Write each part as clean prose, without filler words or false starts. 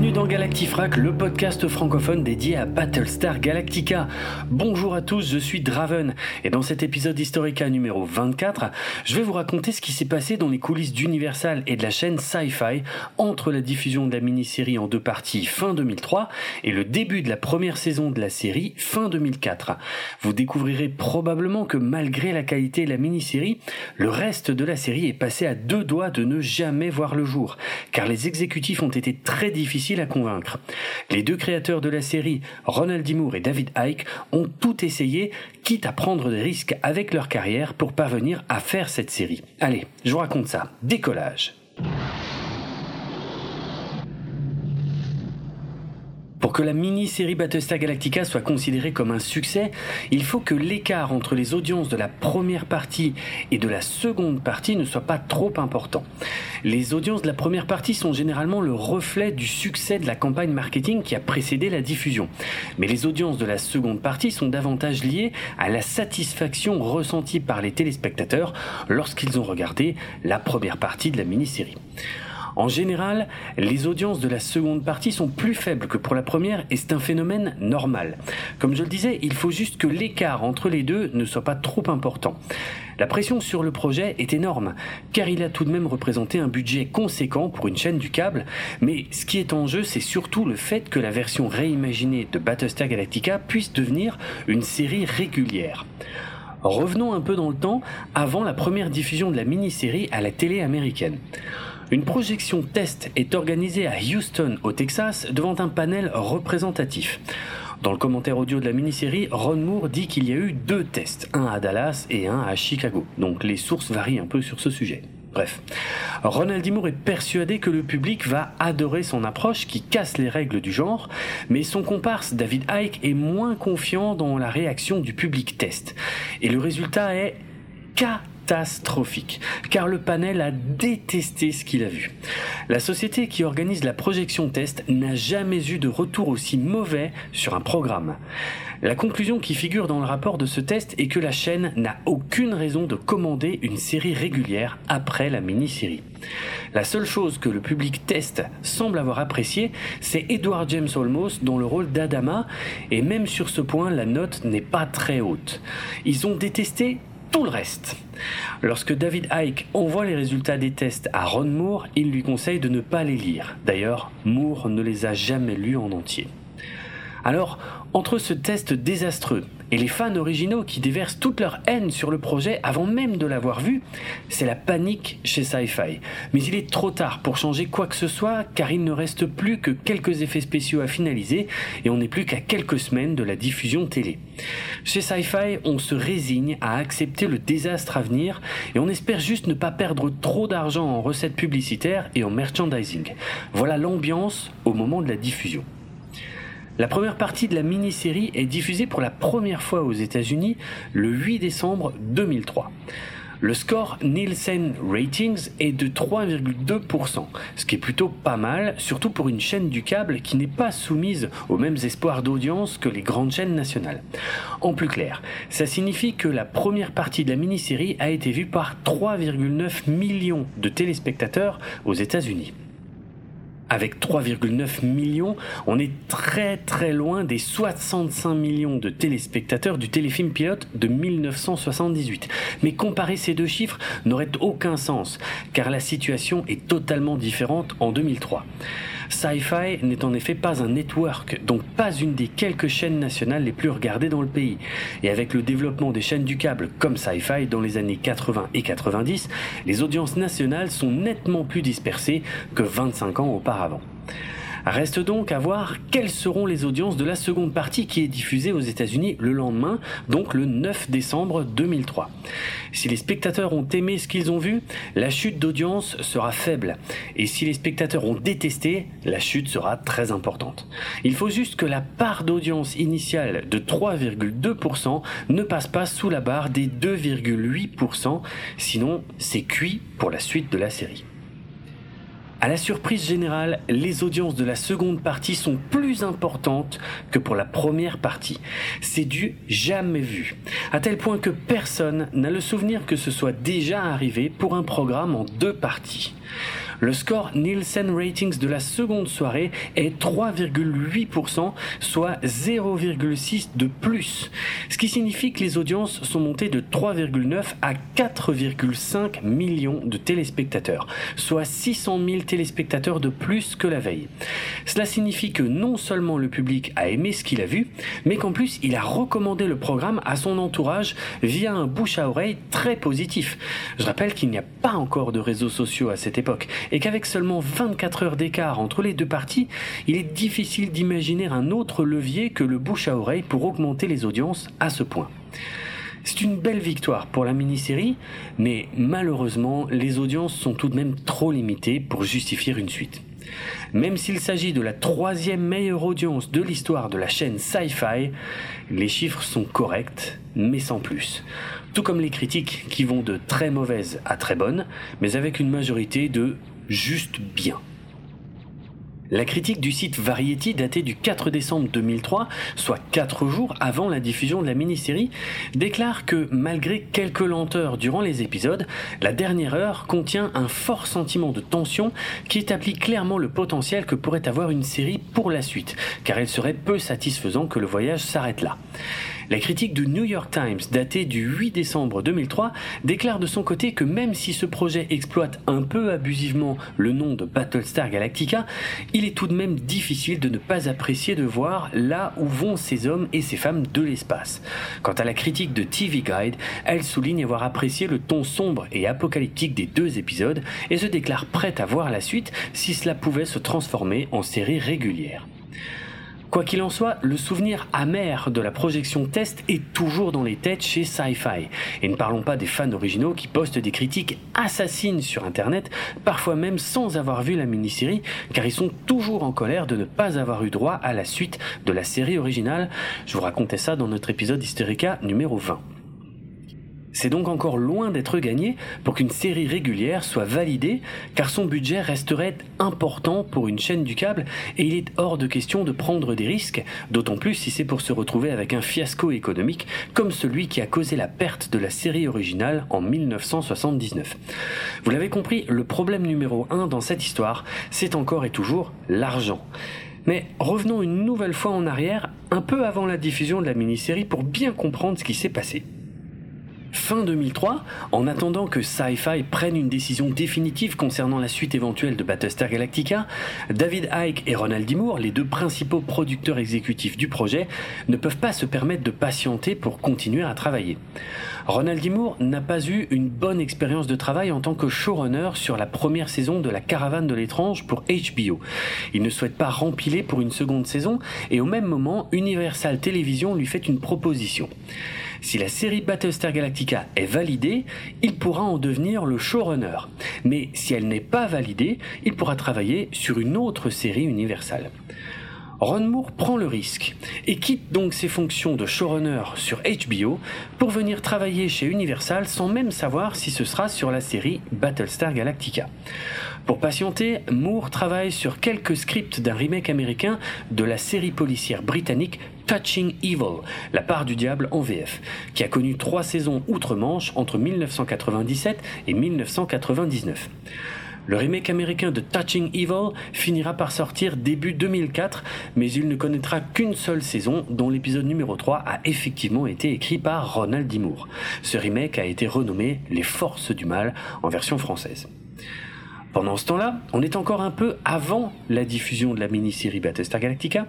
Bienvenue dans Galactifrac, le podcast francophone dédié à Battlestar Galactica. Bonjour à tous, je suis Draven et dans cet épisode Historica numéro 24, je vais vous raconter ce qui s'est passé dans les coulisses d'Universal et de la chaîne Sci-Fi entre la diffusion de la mini-série en deux parties fin 2003 et le début de la première saison de la série fin 2004. Vous découvrirez probablement que malgré la qualité de la mini-série, le reste de la série est passé à deux doigts de ne jamais voir le jour, car les exécutifs ont été très difficiles à convaincre. Les deux créateurs de la série, Ronald D. Moore et David Icke, ont tout essayé, quitte à prendre des risques avec leur carrière pour parvenir à faire cette série. Allez, je vous raconte ça. Décollage. Pour que la mini-série Battlestar Galactica soit considérée comme un succès, il faut que l'écart entre les audiences de la première partie et de la seconde partie ne soit pas trop important. Les audiences de la première partie sont généralement le reflet du succès de la campagne marketing qui a précédé la diffusion. Mais les audiences de la seconde partie sont davantage liées à la satisfaction ressentie par les téléspectateurs lorsqu'ils ont regardé la première partie de la mini-série. En général, les audiences de la seconde partie sont plus faibles que pour la première et c'est un phénomène normal. Comme je le disais, il faut juste que l'écart entre les deux ne soit pas trop important. La pression sur le projet est énorme, car il a tout de même représenté un budget conséquent pour une chaîne du câble, mais ce qui est en jeu, c'est surtout le fait que la version réimaginée de Battlestar Galactica puisse devenir une série régulière. Revenons un peu dans le temps, avant la première diffusion de la mini-série à la télé américaine. Une projection test est organisée à Houston, au Texas, devant un panel représentatif. Dans le commentaire audio de la mini-série, Ron Moore dit qu'il y a eu deux tests, un à Dallas et un à Chicago. Donc les sources varient un peu sur ce sujet. Bref, Ronald D. Moore est persuadé que le public va adorer son approche qui casse les règles du genre, mais son comparse David Icke est moins confiant dans la réaction du public test. Et le résultat est catastrophique, car le panel a détesté ce qu'il a vu. La société qui organise la projection test n'a jamais eu de retour aussi mauvais sur un programme. La conclusion qui figure dans le rapport de ce test est que la chaîne n'a aucune raison de commander une série régulière après la mini-série. La seule chose que le public test semble avoir apprécié, c'est Edward James Olmos dans le rôle d'Adama, et même sur ce point, la note n'est pas très haute. Ils ont détesté tout le reste. Lorsque David Icke envoie les résultats des tests à Ron Moore, il lui conseille de ne pas les lire. D'ailleurs, Moore ne les a jamais lus en entier. Alors, entre ce test désastreux et les fans originaux qui déversent toute leur haine sur le projet avant même de l'avoir vu, c'est la panique chez Sci-Fi. Mais il est trop tard pour changer quoi que ce soit, car il ne reste plus que quelques effets spéciaux à finaliser et on n'est plus qu'à quelques semaines de la diffusion télé. Chez Sci-Fi, on se résigne à accepter le désastre à venir et on espère juste ne pas perdre trop d'argent en recettes publicitaires et en merchandising. Voilà l'ambiance au moment de la diffusion. La première partie de la mini-série est diffusée pour la première fois aux États-Unis le 8 décembre 2003. Le score Nielsen Ratings est de 3,2%, ce qui est plutôt pas mal, surtout pour une chaîne du câble qui n'est pas soumise aux mêmes espoirs d'audience que les grandes chaînes nationales. En plus clair, ça signifie que la première partie de la mini-série a été vue par 3,9 millions de téléspectateurs aux États-Unis. Avec 3,9 millions, on est très très loin des 65 millions de téléspectateurs du téléfilm pilote de 1978. Mais comparer ces deux chiffres n'aurait aucun sens, car la situation est totalement différente en 2003. Sci-Fi n'est en effet pas un network, donc pas une des quelques chaînes nationales les plus regardées dans le pays. Et avec le développement des chaînes du câble comme Sci-Fi dans les années 80 et 90, les audiences nationales sont nettement plus dispersées que 25 ans auparavant. Reste donc à voir quelles seront les audiences de la seconde partie qui est diffusée aux États-Unis le lendemain, donc le 9 décembre 2003. Si les spectateurs ont aimé ce qu'ils ont vu, la chute d'audience sera faible. Et si les spectateurs ont détesté, la chute sera très importante. Il faut juste que la part d'audience initiale de 3,2% ne passe pas sous la barre des 2,8%, sinon c'est cuit pour la suite de la série. À la surprise générale, les audiences de la seconde partie sont plus importantes que pour la première partie. C'est du jamais vu, à tel point que personne n'a le souvenir que ce soit déjà arrivé pour un programme en deux parties. Le score Nielsen Ratings de la seconde soirée est 3,8%, soit 0,6 de plus. Ce qui signifie que les audiences sont montées de 3,9 à 4,5 millions de téléspectateurs, soit 600 000 téléspectateurs de plus que la veille. Cela signifie que non seulement le public a aimé ce qu'il a vu, mais qu'en plus il a recommandé le programme à son entourage via un bouche à oreille très positif. Je rappelle qu'il n'y a pas encore de réseaux sociaux à cette époque et qu'avec seulement 24 heures d'écart entre les deux parties, il est difficile d'imaginer un autre levier que le bouche à oreille pour augmenter les audiences à ce point. C'est une belle victoire pour la mini-série, mais malheureusement, les audiences sont tout de même trop limitées pour justifier une suite. Même s'il s'agit de la 3e meilleure audience de l'histoire de la chaîne Sci-Fi, les chiffres sont corrects, mais sans plus. Tout comme les critiques qui vont de très mauvaises à très bonnes, mais avec une majorité de juste bien. La critique du site Variety, datée du 4 décembre 2003, soit 4 jours avant la diffusion de la mini-série, déclare que malgré quelques lenteurs durant les épisodes, la dernière heure contient un fort sentiment de tension qui établit clairement le potentiel que pourrait avoir une série pour la suite, car elle serait peu satisfaisant que le voyage s'arrête là. La critique du New York Times, datée du 8 décembre 2003, déclare de son côté que même si ce projet exploite un peu abusivement le nom de Battlestar Galactica, il est tout de même difficile de ne pas apprécier de voir là où vont ces hommes et ces femmes de l'espace. Quant à la critique de TV Guide, elle souligne avoir apprécié le ton sombre et apocalyptique des 2 épisodes et se déclare prête à voir la suite si cela pouvait se transformer en série régulière. Quoi qu'il en soit, le souvenir amer de la projection test est toujours dans les têtes chez Sci-Fi. Et ne parlons pas des fans originaux qui postent des critiques assassines sur Internet, parfois même sans avoir vu la mini-série, car ils sont toujours en colère de ne pas avoir eu droit à la suite de la série originale. Je vous racontais ça dans notre épisode Hysterica numéro 20. C'est donc encore loin d'être gagné pour qu'une série régulière soit validée, car son budget resterait important pour une chaîne du câble et il est hors de question de prendre des risques, d'autant plus si c'est pour se retrouver avec un fiasco économique comme celui qui a causé la perte de la série originale en 1979. Vous l'avez compris, le problème numéro 1 dans cette histoire, c'est encore et toujours l'argent. Mais revenons une nouvelle fois en arrière, un peu avant la diffusion de la mini-série pour bien comprendre ce qui s'est passé. Fin 2003, en attendant que Sci-Fi prenne une décision définitive concernant la suite éventuelle de Battlestar Galactica, David Icke et Ronald D. Moore, les 2 principaux producteurs exécutifs du projet, ne peuvent pas se permettre de patienter pour continuer à travailler. Ronald D. Moore n'a pas eu une bonne expérience de travail en tant que showrunner sur la première saison de La Caravane de l'étrange pour HBO. Il ne souhaite pas rempiler pour une seconde saison et au même moment, Universal Television lui fait une proposition. Si la série Battlestar Galactica est validée, il pourra en devenir le showrunner. Mais si elle n'est pas validée, il pourra travailler sur une autre série Universal. Ron Moore prend le risque et quitte donc ses fonctions de showrunner sur HBO pour venir travailler chez Universal sans même savoir si ce sera sur la série Battlestar Galactica. Pour patienter, Moore travaille sur quelques scripts d'un remake américain de la série policière britannique Touching Evil, la part du diable en VF, qui a connu 3 saisons outre-Manche entre 1997 et 1999. Le remake américain de Touching Evil finira par sortir début 2004, mais il ne connaîtra qu'une seule saison, dont l'épisode numéro 3 a effectivement été écrit par Ronald D. Moore. Ce remake a été renommé Les Forces du Mal en version française. Pendant ce temps-là, on est encore un peu avant la diffusion de la mini-série Battlestar Galactica.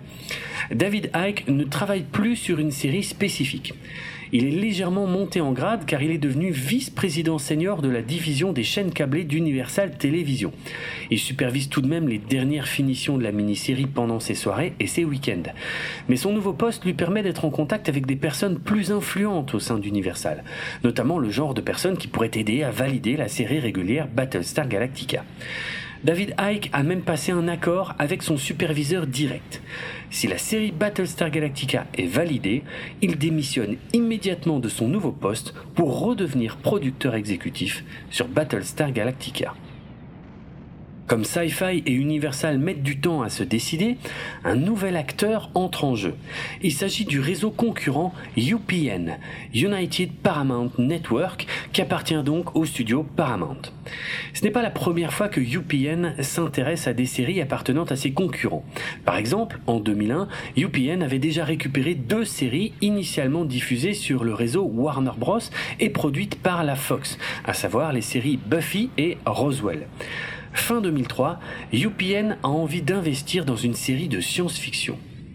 David Icke ne travaille plus sur une série spécifique. Il est légèrement monté en grade car il est devenu vice-président senior de la division des chaînes câblées d'Universal Television. Il supervise tout de même les dernières finitions de la mini-série pendant ses soirées et ses week-ends. Mais son nouveau poste lui permet d'être en contact avec des personnes plus influentes au sein d'Universal, notamment le genre de personnes qui pourraient aider à valider la série régulière Battlestar Galactica. David Icke a même passé un accord avec son superviseur direct. Si la série Battlestar Galactica est validée, il démissionne immédiatement de son nouveau poste pour redevenir producteur exécutif sur Battlestar Galactica. Comme Sci-Fi et Universal mettent du temps à se décider, un nouvel acteur entre en jeu. Il s'agit du réseau concurrent UPN, United Paramount Network, qui appartient donc au studio Paramount. Ce n'est pas la première fois que UPN s'intéresse à des séries appartenant à ses concurrents. Par exemple, en 2001, UPN avait déjà récupéré 2 séries initialement diffusées sur le réseau Warner Bros. Et produites par la Fox, à savoir les séries Buffy et Roswell. Fin 2003, UPN a envie d'investir dans une série de science-fiction.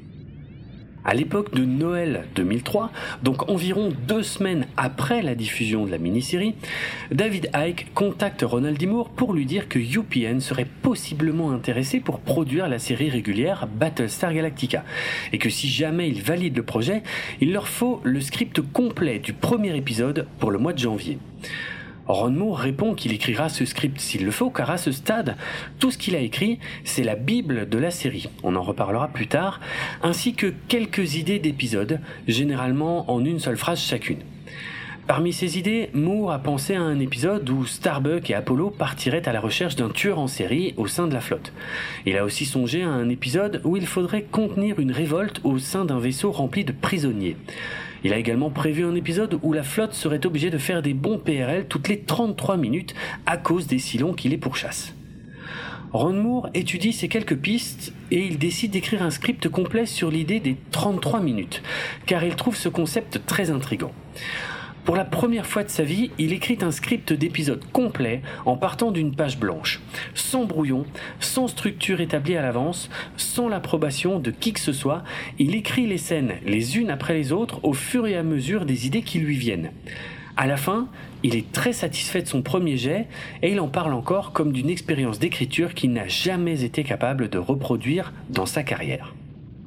À l'époque de Noël 2003, donc environ 2 semaines après la diffusion de la mini-série, David Icke contacte Ronald D. Moore pour lui dire que UPN serait possiblement intéressé pour produire la série régulière Battlestar Galactica, et que si jamais il valide le projet, il leur faut le script complet du premier épisode pour le mois de janvier. Ron Moore répond qu'il écrira ce script s'il le faut, car à ce stade, tout ce qu'il a écrit, c'est la Bible de la série, on en reparlera plus tard, ainsi que quelques idées d'épisodes, généralement en une seule phrase chacune. Parmi ces idées, Moore a pensé à un épisode où Starbuck et Apollo partiraient à la recherche d'un tueur en série au sein de la flotte. Il a aussi songé à un épisode où il faudrait contenir une révolte au sein d'un vaisseau rempli de prisonniers. Il a également prévu un épisode où la flotte serait obligée de faire des bonds PRL toutes les 33 minutes à cause des silons qui les pourchassent. Ron Moore étudie ces quelques pistes et il décide d'écrire un script complet sur l'idée des 33 minutes, car il trouve ce concept très intriguant. Pour la première fois de sa vie, il écrit un script d'épisode complet en partant d'une page blanche, sans brouillon, sans structure établie à l'avance, sans l'approbation de qui que ce soit. Il écrit les scènes les unes après les autres au fur et à mesure des idées qui lui viennent. À la fin, il est très satisfait de son premier jet et il en parle encore comme d'une expérience d'écriture qu'il n'a jamais été capable de reproduire dans sa carrière.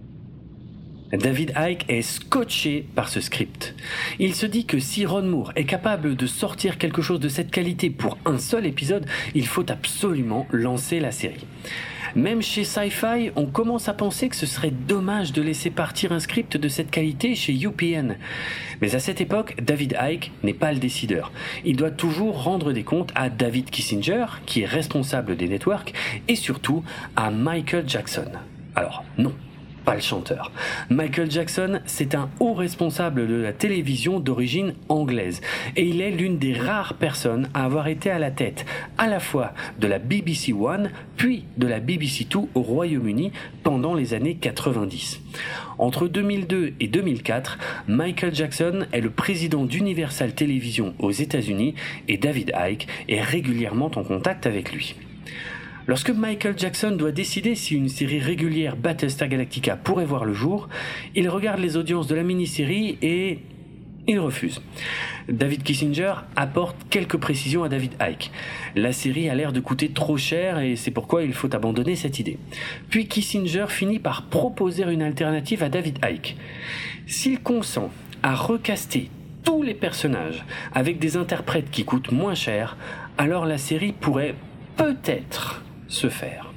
David Icke est scotché par ce script. Il se dit que si Ron Moore est capable de sortir quelque chose de cette qualité pour un seul épisode, il faut absolument lancer la série. Même chez Sci-Fi, on commence à penser que ce serait dommage de laisser partir un script de cette qualité chez UPN. Mais à cette époque, David Icke n'est pas le décideur. Il doit toujours rendre des comptes à David Kissinger, qui est responsable des networks, et surtout à Michael Jackson. Alors, non. Pas le chanteur. Michael Jackson, c'est un haut responsable de la télévision d'origine anglaise et il est l'une des rares personnes à avoir été à la tête à la fois de la BBC One puis de la BBC Two au Royaume-Uni pendant les années 90. Entre 2002 et 2004, Michael Jackson est le président d'Universal Television aux États-Unis et David Icke est régulièrement en contact avec lui. Lorsque Michael Jackson doit décider si une série régulière Battlestar Galactica pourrait voir le jour, il regarde les audiences de la mini-série et il refuse. David Kissinger apporte quelques précisions à David Icke. La série a l'air de coûter trop cher et c'est pourquoi il faut abandonner cette idée. Puis Kissinger finit par proposer une alternative à David Icke. S'il consent à recaster tous les personnages avec des interprètes qui coûtent moins cher, alors la série pourrait peut-être se faire.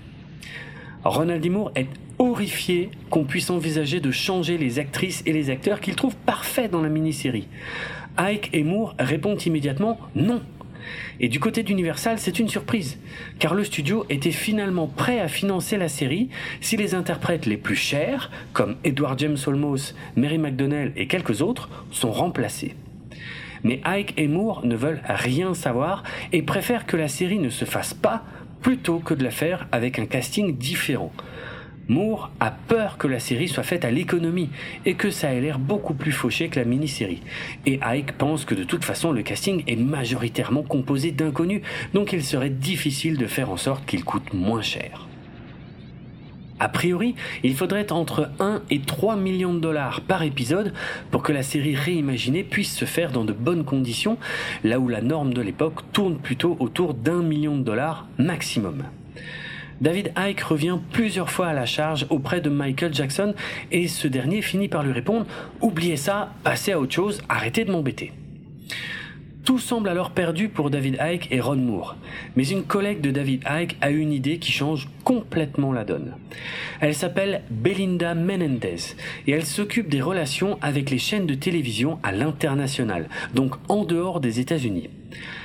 Ronald D. Moore est horrifié qu'on puisse envisager de changer les actrices et les acteurs qu'il trouve parfaits dans la mini-série. Icke et Moore répondent immédiatement non. Et du côté d'Universal, c'est une surprise, car le studio était finalement prêt à financer la série si les interprètes les plus chers, comme Edward James Olmos, Mary McDonnell et quelques autres, sont remplacés. Mais Icke et Moore ne veulent rien savoir et préfèrent que la série ne se fasse pas plutôt que de la faire avec un casting différent. Moore a peur que la série soit faite à l'économie et que ça ait l'air beaucoup plus fauché que la mini-série. Et Icke pense que de toute façon le casting est majoritairement composé d'inconnus, donc il serait difficile de faire en sorte qu'il coûte moins cher. A priori, il faudrait entre 1 et 3 millions de dollars par épisode pour que la série réimaginée puisse se faire dans de bonnes conditions, là où la norme de l'époque tourne plutôt autour d'1 million de dollars maximum. David Icke revient plusieurs fois à la charge auprès de Michael Jackson et ce dernier finit par lui répondre « Oubliez ça, passez à autre chose, arrêtez de m'embêter ». Tout semble alors perdu pour David Icke et Ron Moore. Mais une collègue de David Icke a une idée qui change complètement la donne. Elle s'appelle Belinda Menendez et elle s'occupe des relations avec les chaînes de télévision à l'international, donc en dehors des États-Unis.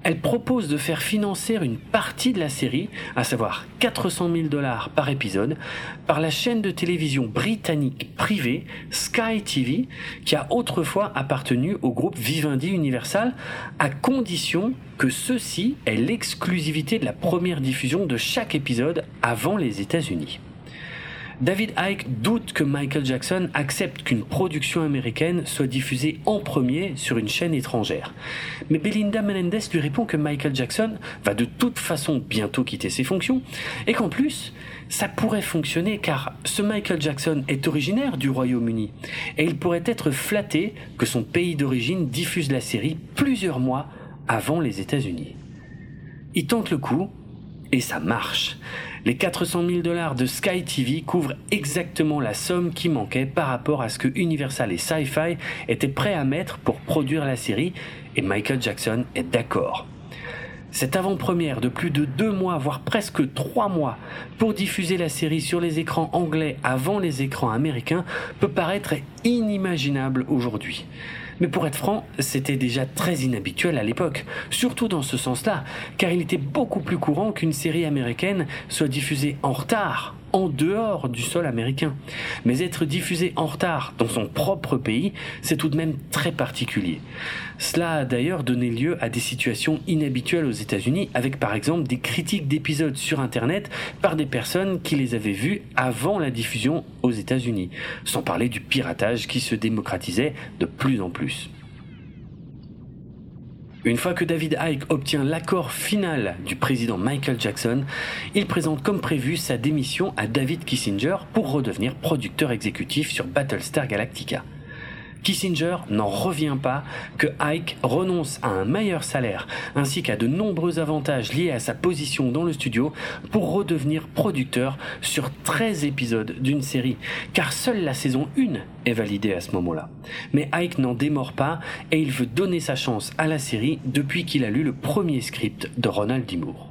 elle propose de faire financer une partie de la série, à savoir $400,000 par épisode, par la chaîne de télévision britannique privée Sky TV, qui a autrefois appartenu au groupe Vivendi Universal, à condition que ceci ait l'exclusivité de la première diffusion de chaque épisode avant les États-Unis. David Icke doute que Michael Jackson accepte qu'une production américaine soit diffusée en premier sur une chaîne étrangère. Mais Belinda Menendez lui répond que Michael Jackson va de toute façon bientôt quitter ses fonctions et qu'en plus, ça pourrait fonctionner car ce Michael Jackson est originaire du Royaume-Uni et il pourrait être flatté que son pays d'origine diffuse la série plusieurs mois avant les États-Unis. Il tente le coup et ça marche. Les $400,000 de Sky TV couvrent exactement la somme qui manquait par rapport à ce que Universal et Sci-Fi étaient prêts à mettre pour produire la série, et Michael Jackson est d'accord. Cette avant-première de plus de 2 mois, voire presque 3 mois, pour diffuser la série sur les écrans anglais avant les écrans américains peut paraître inimaginable aujourd'hui. Mais pour être franc, c'était déjà très inhabituel à l'époque, surtout dans ce sens-là, car il était beaucoup plus courant qu'une série américaine soit diffusée en retard, en dehors du sol américain. Mais être diffusé en retard dans son propre pays, c'est tout de même très particulier. Cela a d'ailleurs donné lieu à des situations inhabituelles aux États-Unis, avec par exemple des critiques d'épisodes sur Internet par des personnes qui les avaient vus avant la diffusion aux États-Unis, sans parler du piratage qui se démocratisait de plus en plus. Une fois que David Icke obtient l'accord final du président Michael Jackson, il présente comme prévu sa démission à David Kissinger pour redevenir producteur exécutif sur Battlestar Galactica. Kissinger n'en revient pas que Icke renonce à un meilleur salaire ainsi qu'à de nombreux avantages liés à sa position dans le studio pour redevenir producteur sur 13 épisodes d'une série, car seule la saison 1 est validée à ce moment-là. Mais Icke n'en démord pas et il veut donner sa chance à la série depuis qu'il a lu le premier script de Ronald D. Moore.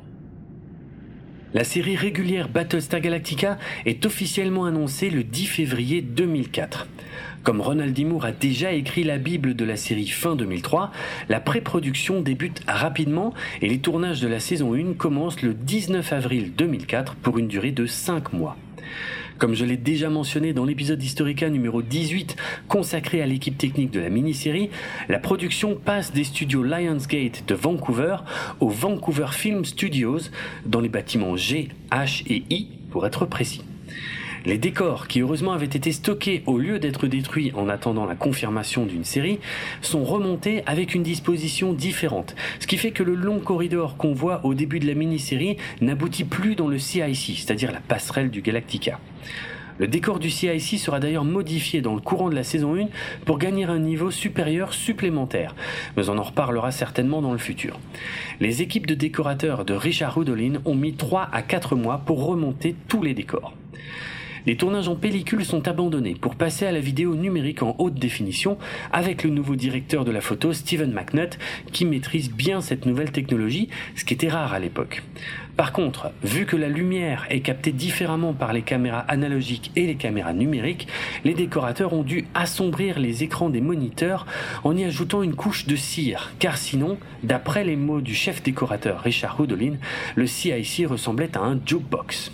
La série régulière Battlestar Galactica est officiellement annoncée le 10 février 2004. Comme Ronald D. Moore a déjà écrit la Bible de la série fin 2003, la pré-production débute rapidement et les tournages de la saison 1 commencent le 19 avril 2004 pour une durée de 5 mois. Comme je l'ai déjà mentionné dans l'épisode Historica numéro 18 consacré à l'équipe technique de la mini-série, la production passe des studios Lionsgate de Vancouver aux Vancouver Film Studios dans les bâtiments G, H et I pour être précis. Les décors, qui heureusement avaient été stockés au lieu d'être détruits en attendant la confirmation d'une série, sont remontés avec une disposition différente, ce qui fait que le long corridor qu'on voit au début de la mini-série n'aboutit plus dans le CIC, c'est-à-dire la passerelle du Galactica. Le décor du CIC sera d'ailleurs modifié dans le courant de la saison 1 pour gagner un niveau supérieur supplémentaire, mais on en reparlera certainement dans le futur. Les équipes de décorateurs de Richard Houdolin ont mis 3 à 4 mois pour remonter tous les décors. Les tournages en pellicule sont abandonnés pour passer à la vidéo numérique en haute définition avec le nouveau directeur de la photo Steven McNutt qui maîtrise bien cette nouvelle technologie, ce qui était rare à l'époque. Par contre, vu que la lumière est captée différemment par les caméras analogiques et les caméras numériques, les décorateurs ont dû assombrir les écrans des moniteurs en y ajoutant une couche de cire, car sinon, d'après les mots du chef décorateur Richard Houdolin, le CIC ressemblait à un jukebox.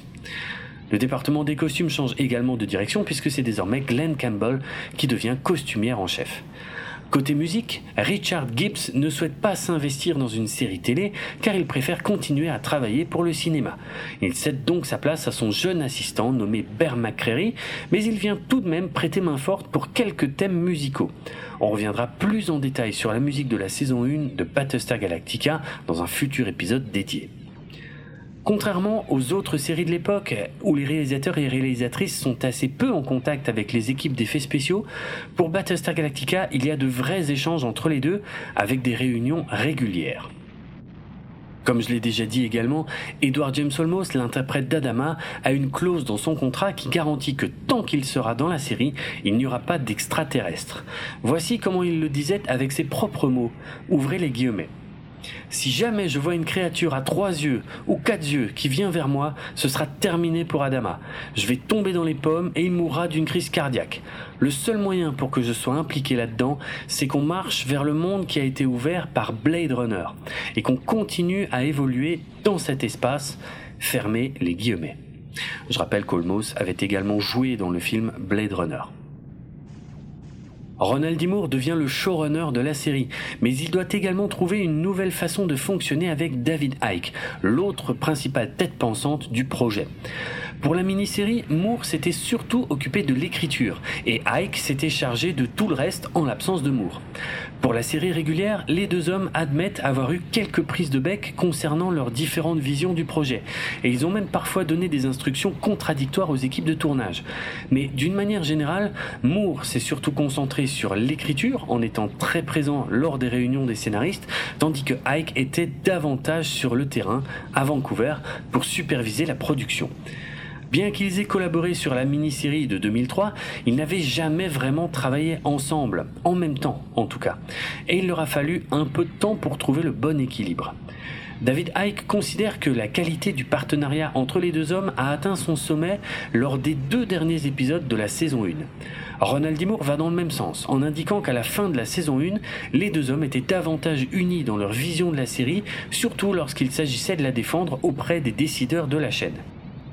Le département des costumes change également de direction puisque c'est désormais Glenn Campbell qui devient costumière en chef. Côté musique, Richard Gibbs ne souhaite pas s'investir dans une série télé car il préfère continuer à travailler pour le cinéma. Il cède donc sa place à son jeune assistant nommé Bear McCreary, mais il vient tout de même prêter main forte pour quelques thèmes musicaux. On reviendra plus en détail sur la musique de la saison 1 de Battlestar Galactica dans un futur épisode dédié. Contrairement aux autres séries de l'époque, où les réalisateurs et réalisatrices sont assez peu en contact avec les équipes d'effets spéciaux, pour Battlestar Galactica, il y a de vrais échanges entre les deux, avec des réunions régulières. Comme je l'ai déjà dit également, Edward James Olmos, l'interprète d'Adama, a une clause dans son contrat qui garantit que tant qu'il sera dans la série, il n'y aura pas d'extraterrestres. Voici comment il le disait avec ses propres mots. Ouvrez les guillemets. Si jamais je vois une créature à 3 yeux ou 4 yeux qui vient vers moi, ce sera terminé pour Adama. Je vais tomber dans les pommes et il mourra d'une crise cardiaque. Le seul moyen pour que je sois impliqué là-dedans, c'est qu'on marche vers le monde qui a été ouvert par Blade Runner et qu'on continue à évoluer dans cet espace, fermez les guillemets. Je rappelle qu'Olmos avait également joué dans le film Blade Runner. Ronald D. Moore devient le showrunner de la série, mais il doit également trouver une nouvelle façon de fonctionner avec David Icke, l'autre principale tête pensante du projet. Pour la mini-série, Moore s'était surtout occupé de l'écriture, et Icke s'était chargé de tout le reste en l'absence de Moore. Pour la série régulière, les deux hommes admettent avoir eu quelques prises de bec concernant leurs différentes visions du projet, et ils ont même parfois donné des instructions contradictoires aux équipes de tournage. Mais d'une manière générale, Moore s'est surtout concentré sur l'écriture, en étant très présent lors des réunions des scénaristes, tandis que Icke était davantage sur le terrain, à Vancouver, pour superviser la production. Bien qu'ils aient collaboré sur la mini-série de 2003, ils n'avaient jamais vraiment travaillé ensemble, en même temps en tout cas, et il leur a fallu un peu de temps pour trouver le bon équilibre. David Icke considère que la qualité du partenariat entre les deux hommes a atteint son sommet lors des 2 derniers épisodes de la saison 1. Ronald D. Moore va dans le même sens, en indiquant qu'à la fin de la saison 1, les deux hommes étaient davantage unis dans leur vision de la série, surtout lorsqu'il s'agissait de la défendre auprès des décideurs de la chaîne.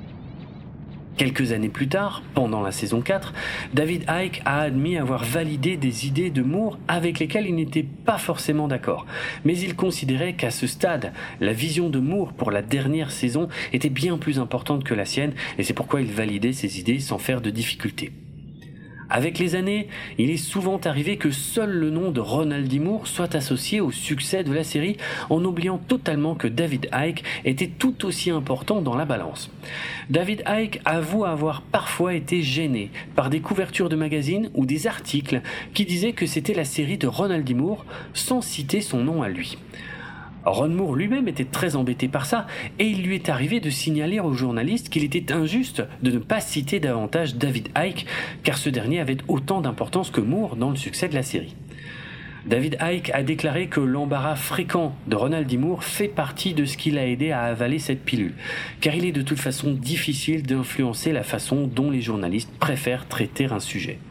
Quelques années plus tard, pendant la saison 4, David Icke a admis avoir validé des idées de Moore avec lesquelles il n'était pas forcément d'accord. Mais il considérait qu'à ce stade, la vision de Moore pour la dernière saison était bien plus importante que la sienne, et c'est pourquoi il validait ses idées sans faire de difficultés. Avec les années, il est souvent arrivé que seul le nom de Ronald D. Moore soit associé au succès de la série, en oubliant totalement que David Icke était tout aussi important dans la balance. David Icke avoue avoir parfois été gêné par des couvertures de magazines ou des articles qui disaient que c'était la série de Ronald D. Moore, sans citer son nom à lui. Ron Moore lui-même était très embêté par ça, et il lui est arrivé de signaler aux journalistes qu'il était injuste de ne pas citer davantage David Icke, car ce dernier avait autant d'importance que Moore dans le succès de la série. David Icke a déclaré que l'embarras fréquent de Ronald D. Moore fait partie de ce qui l'a aidé à avaler cette pilule, car il est de toute façon difficile d'influencer la façon dont les journalistes préfèrent traiter un sujet.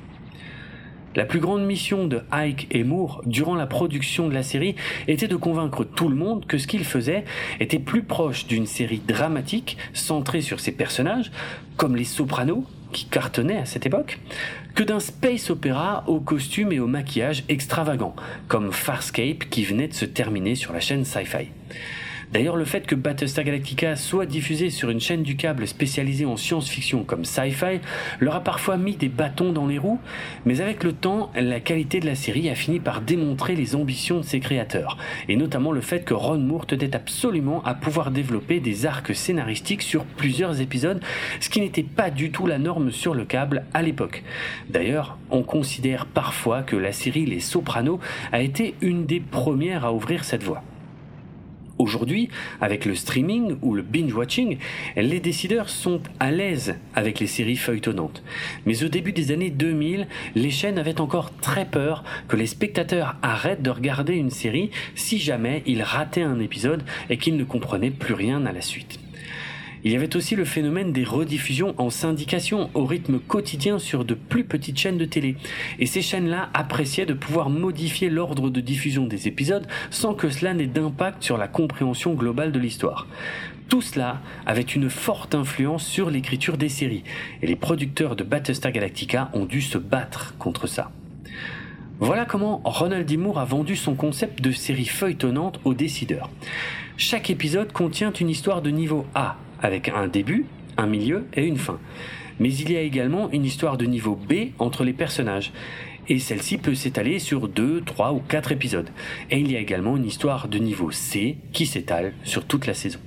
La plus grande mission de Icke et Moore durant la production de la série était de convaincre tout le monde que ce qu'ils faisaient était plus proche d'une série dramatique centrée sur ses personnages, comme Les Sopranos, qui cartonnaient à cette époque, que d'un space opéra aux costumes et au maquillage extravagants, comme Farscape qui venait de se terminer sur la chaîne Sci-Fi. D'ailleurs, le fait que Battlestar Galactica soit diffusé sur une chaîne du câble spécialisée en science-fiction comme Sci-Fi leur a parfois mis des bâtons dans les roues, mais avec le temps, la qualité de la série a fini par démontrer les ambitions de ses créateurs, et notamment le fait que Ron Moore tenait absolument à pouvoir développer des arcs scénaristiques sur plusieurs épisodes, ce qui n'était pas du tout la norme sur le câble à l'époque. D'ailleurs, on considère parfois que la série Les Sopranos a été une des premières à ouvrir cette voie. Aujourd'hui, avec le streaming ou le binge-watching, les décideurs sont à l'aise avec les séries feuilletonnantes. Mais au début des années 2000, les chaînes avaient encore très peur que les spectateurs arrêtent de regarder une série si jamais ils rataient un épisode et qu'ils ne comprenaient plus rien à la suite. Il y avait aussi le phénomène des rediffusions en syndication au rythme quotidien sur de plus petites chaînes de télé. Et ces chaînes-là appréciaient de pouvoir modifier l'ordre de diffusion des épisodes sans que cela n'ait d'impact sur la compréhension globale de l'histoire. Tout cela avait une forte influence sur l'écriture des séries, et les producteurs de Battlestar Galactica ont dû se battre contre ça. Voilà comment Ronald D. Moore a vendu son concept de série feuilletonnante aux décideurs. Chaque épisode contient une histoire de niveau A, avec un début, un milieu et une fin. Mais il y a également une histoire de niveau B entre les personnages. Et celle-ci peut s'étaler sur 2, 3 ou 4 épisodes. Et il y a également une histoire de niveau C qui s'étale sur toute la saison.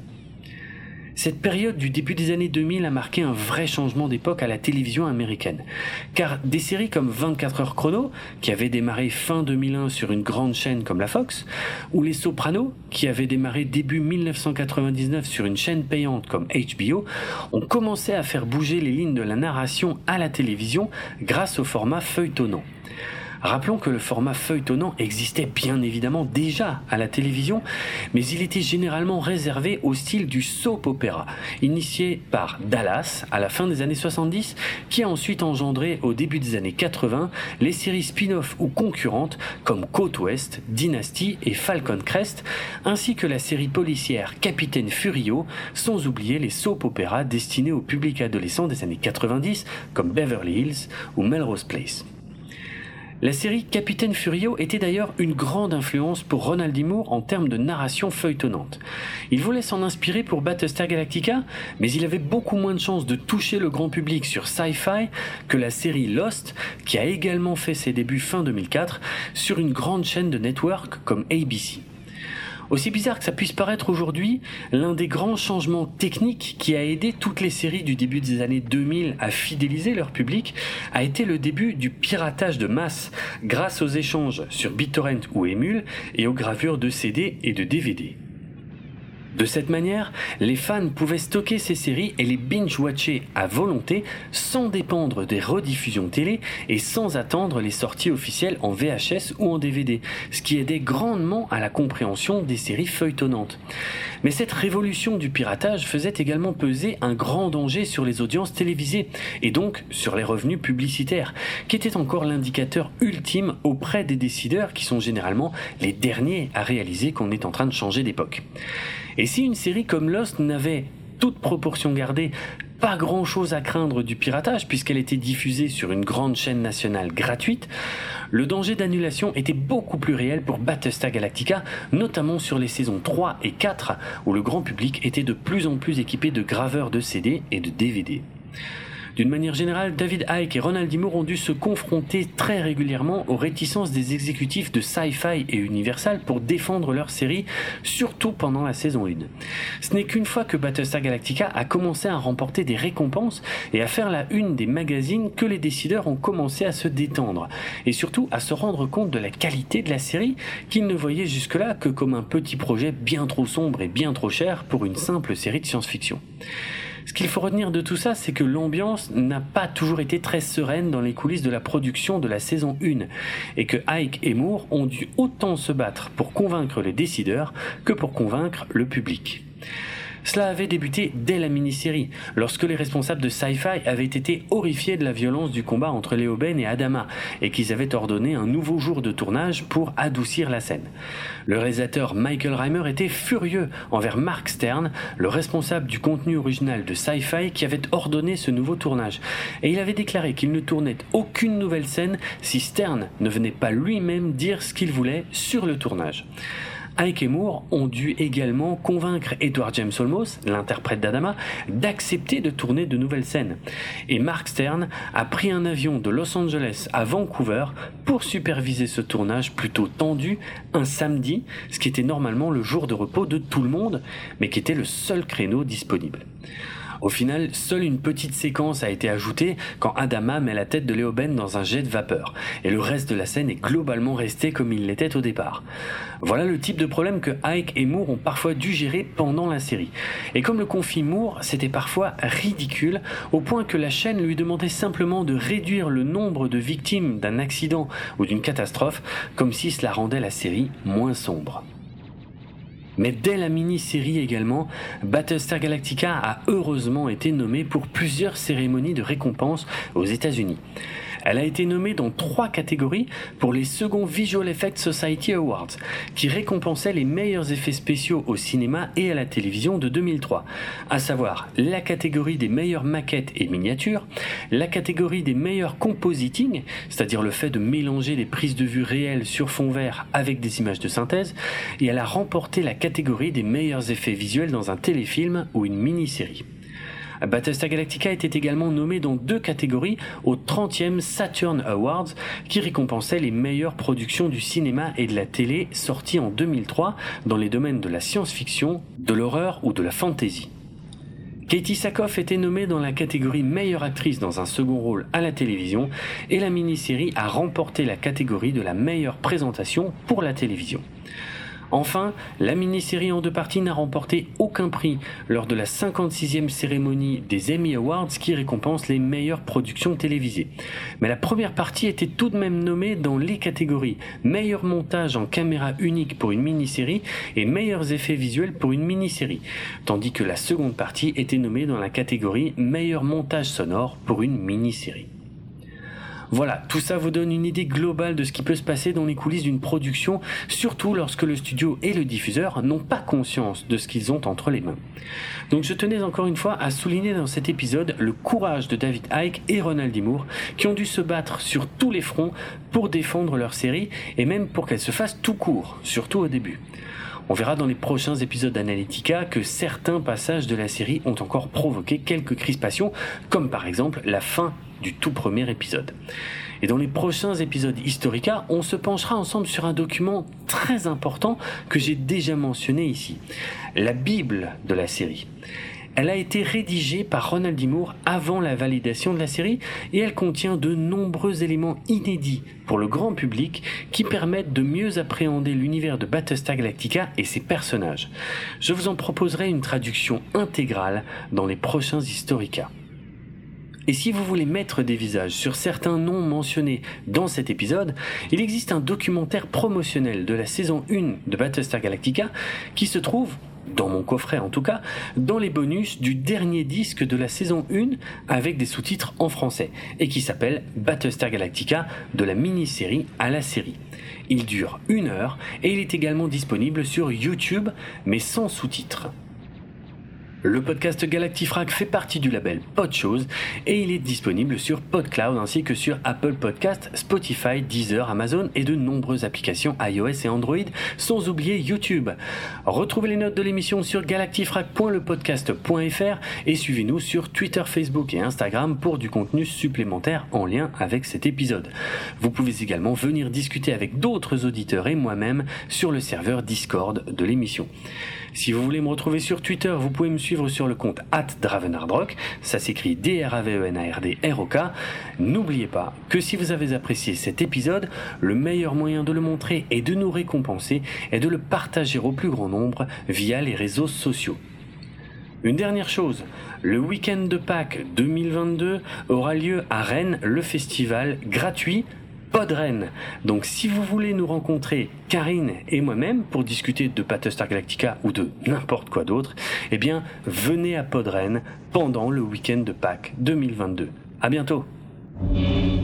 Cette période du début des années 2000 a marqué un vrai changement d'époque à la télévision américaine. Car des séries comme 24 heures chrono, qui avait démarré fin 2001 sur une grande chaîne comme la Fox, ou Les Sopranos, qui avait démarré début 1999 sur une chaîne payante comme HBO, ont commencé à faire bouger les lignes de la narration à la télévision grâce au format feuilletonnant. Rappelons que le format feuilletonnant existait bien évidemment déjà à la télévision, mais il était généralement réservé au style du soap opera, initié par Dallas à la fin des années 70, qui a ensuite engendré au début des années 80 les séries spin-off ou concurrentes comme Côte Ouest, Dynasty et Falcon Crest, ainsi que la série policière Capitaine Furio, sans oublier les soap opéras destinés au public adolescent des années 90 comme Beverly Hills ou Melrose Place. La série Capitaine Furio était d'ailleurs une grande influence pour Ronald D. Moore en termes de narration feuilletonnante. Il voulait s'en inspirer pour Battlestar Galactica, mais il avait beaucoup moins de chances de toucher le grand public sur Sci-Fi que la série Lost, qui a également fait ses débuts fin 2004 sur une grande chaîne de network comme ABC. Aussi bizarre que ça puisse paraître aujourd'hui, l'un des grands changements techniques qui a aidé toutes les séries du début des années 2000 à fidéliser leur public a été le début du piratage de masse grâce aux échanges sur BitTorrent ou Emule et aux gravures de CD et de DVD. De cette manière, les fans pouvaient stocker ces séries et les binge-watcher à volonté sans dépendre des rediffusions télé et sans attendre les sorties officielles en VHS ou en DVD, ce qui aidait grandement à la compréhension des séries feuilletonnantes. Mais cette révolution du piratage faisait également peser un grand danger sur les audiences télévisées et donc sur les revenus publicitaires, qui était encore l'indicateur ultime auprès des décideurs qui sont généralement les derniers à réaliser qu'on est en train de changer d'époque. Et si une série comme Lost n'avait, toute proportion gardée, pas grand chose à craindre du piratage puisqu'elle était diffusée sur une grande chaîne nationale gratuite, le danger d'annulation était beaucoup plus réel pour Battlestar Galactica, notamment sur les saisons 3 et 4 où le grand public était de plus en plus équipé de graveurs de CD et de DVD. D'une manière générale, David Icke et Ronald D. Moore ont dû se confronter très régulièrement aux réticences des exécutifs de Sci-Fi et Universal pour défendre leur série, surtout pendant la saison 1. Ce n'est qu'une fois que Battlestar Galactica a commencé à remporter des récompenses et à faire la une des magazines que les décideurs ont commencé à se détendre, et surtout à se rendre compte de la qualité de la série qu'ils ne voyaient jusque-là que comme un petit projet bien trop sombre et bien trop cher pour une simple série de science-fiction. Ce qu'il faut retenir de tout ça, c'est que l'ambiance n'a pas toujours été très sereine dans les coulisses de la production de la saison 1 et que Icke et Moore ont dû autant se battre pour convaincre les décideurs que pour convaincre le public. Cela avait débuté dès la mini-série, lorsque les responsables de Sci-Fi avaient été horrifiés de la violence du combat entre Leoben et Adama, et qu'ils avaient ordonné un nouveau jour de tournage pour adoucir la scène. Le réalisateur Michael Reimer était furieux envers Mark Stern, le responsable du contenu original de Sci-Fi, qui avait ordonné ce nouveau tournage, et il avait déclaré qu'il ne tournait aucune nouvelle scène si Stern ne venait pas lui-même dire ce qu'il voulait sur le tournage. Icke et Moore ont dû également convaincre Edward James Olmos, l'interprète d'Adama, d'accepter de tourner de nouvelles scènes. Et Mark Stern a pris un avion de Los Angeles à Vancouver pour superviser ce tournage plutôt tendu un samedi, ce qui était normalement le jour de repos de tout le monde, mais qui était le seul créneau disponible. Au final, seule une petite séquence a été ajoutée quand Adama met la tête de Leoben dans un jet de vapeur, et le reste de la scène est globalement resté comme il l'était au départ. Voilà le type de problème que Icke et Moore ont parfois dû gérer pendant la série. Et comme le confie Moore, c'était parfois ridicule, au point que la chaîne lui demandait simplement de réduire le nombre de victimes d'un accident ou d'une catastrophe, comme si cela rendait la série moins sombre. Mais dès la mini-série également, Battlestar Galactica a heureusement été nommée pour plusieurs cérémonies de récompense aux États-Unis. Elle a été nommée dans 3 catégories pour les Second Visual Effects Society Awards, qui récompensaient les meilleurs effets spéciaux au cinéma et à la télévision de 2003, à savoir la catégorie des meilleures maquettes et miniatures, la catégorie des meilleurs compositing, c'est-à-dire le fait de mélanger les prises de vue réelles sur fond vert avec des images de synthèse, et elle a remporté la catégorie des meilleurs effets visuels dans un téléfilm ou une mini-série. Battlestar Galactica était également nommé dans 2 catégories aux 30e Saturn Awards qui récompensaient les meilleures productions du cinéma et de la télé sorties en 2003 dans les domaines de la science-fiction, de l'horreur ou de la fantasy. Katie Sackhoff était nommée dans la catégorie meilleure actrice dans un second rôle à la télévision et la mini-série a remporté la catégorie de la meilleure présentation pour la télévision. Enfin, la mini-série en 2 parties n'a remporté aucun prix lors de la 56e cérémonie des Emmy Awards qui récompense les meilleures productions télévisées. Mais la première partie était tout de même nommée dans les catégories meilleur montage en caméra unique pour une mini-série et meilleurs effets visuels pour une mini-série, tandis que la seconde partie était nommée dans la catégorie meilleur montage sonore pour une mini-série. Voilà, tout ça vous donne une idée globale de ce qui peut se passer dans les coulisses d'une production, surtout lorsque le studio et le diffuseur n'ont pas conscience de ce qu'ils ont entre les mains. Donc je tenais encore une fois à souligner dans cet épisode le courage de David Icke et Ronald D. Moore qui ont dû se battre sur tous les fronts pour défendre leur série et même pour qu'elle se fasse tout court, surtout au début. On verra dans les prochains épisodes d'Analytica que certains passages de la série ont encore provoqué quelques crispations, comme par exemple la fin du tout premier épisode. Et dans les prochains épisodes Historica, on se penchera ensemble sur un document très important que j'ai déjà mentionné ici, la Bible de la série. Elle a été rédigée par Ronald D. Moore avant la validation de la série et elle contient de nombreux éléments inédits pour le grand public qui permettent de mieux appréhender l'univers de Battlestar Galactica et ses personnages. Je vous en proposerai une traduction intégrale dans les prochains Historica. Et si vous voulez mettre des visages sur certains noms mentionnés dans cet épisode, il existe un documentaire promotionnel de la saison 1 de Battlestar Galactica qui se trouve, dans mon coffret en tout cas, dans les bonus du dernier disque de la saison 1 avec des sous-titres en français et qui s'appelle Battlestar Galactica de la mini-série à la série. Il dure 1 heure et il est également disponible sur YouTube mais sans sous-titres. Le podcast Galactifrac fait partie du label Podchose et il est disponible sur PodCloud ainsi que sur Apple Podcasts, Spotify, Deezer, Amazon et de nombreuses applications iOS et Android, sans oublier YouTube. Retrouvez les notes de l'émission sur galactifrac.lepodcast.fr et suivez-nous sur Twitter, Facebook et Instagram pour du contenu supplémentaire en lien avec cet épisode. Vous pouvez également venir discuter avec d'autres auditeurs et moi-même sur le serveur Discord de l'émission. Si vous voulez me retrouver sur Twitter, vous pouvez me suivre sur le compte @dravenardrock, ça s'écrit DRAVENARDROK. N'oubliez pas que si vous avez apprécié cet épisode, le meilleur moyen de le montrer et de nous récompenser est de le partager au plus grand nombre via les réseaux sociaux. Une dernière chose, le week-end de Pâques 2022 aura lieu à Rennes, le festival gratuit Podrennes. Donc si vous voulez nous rencontrer, Karine et moi-même, pour discuter de Battlestar Galactica ou de n'importe quoi d'autre, eh bien venez à Podrennes pendant le week-end de Pâques 2022. À bientôt.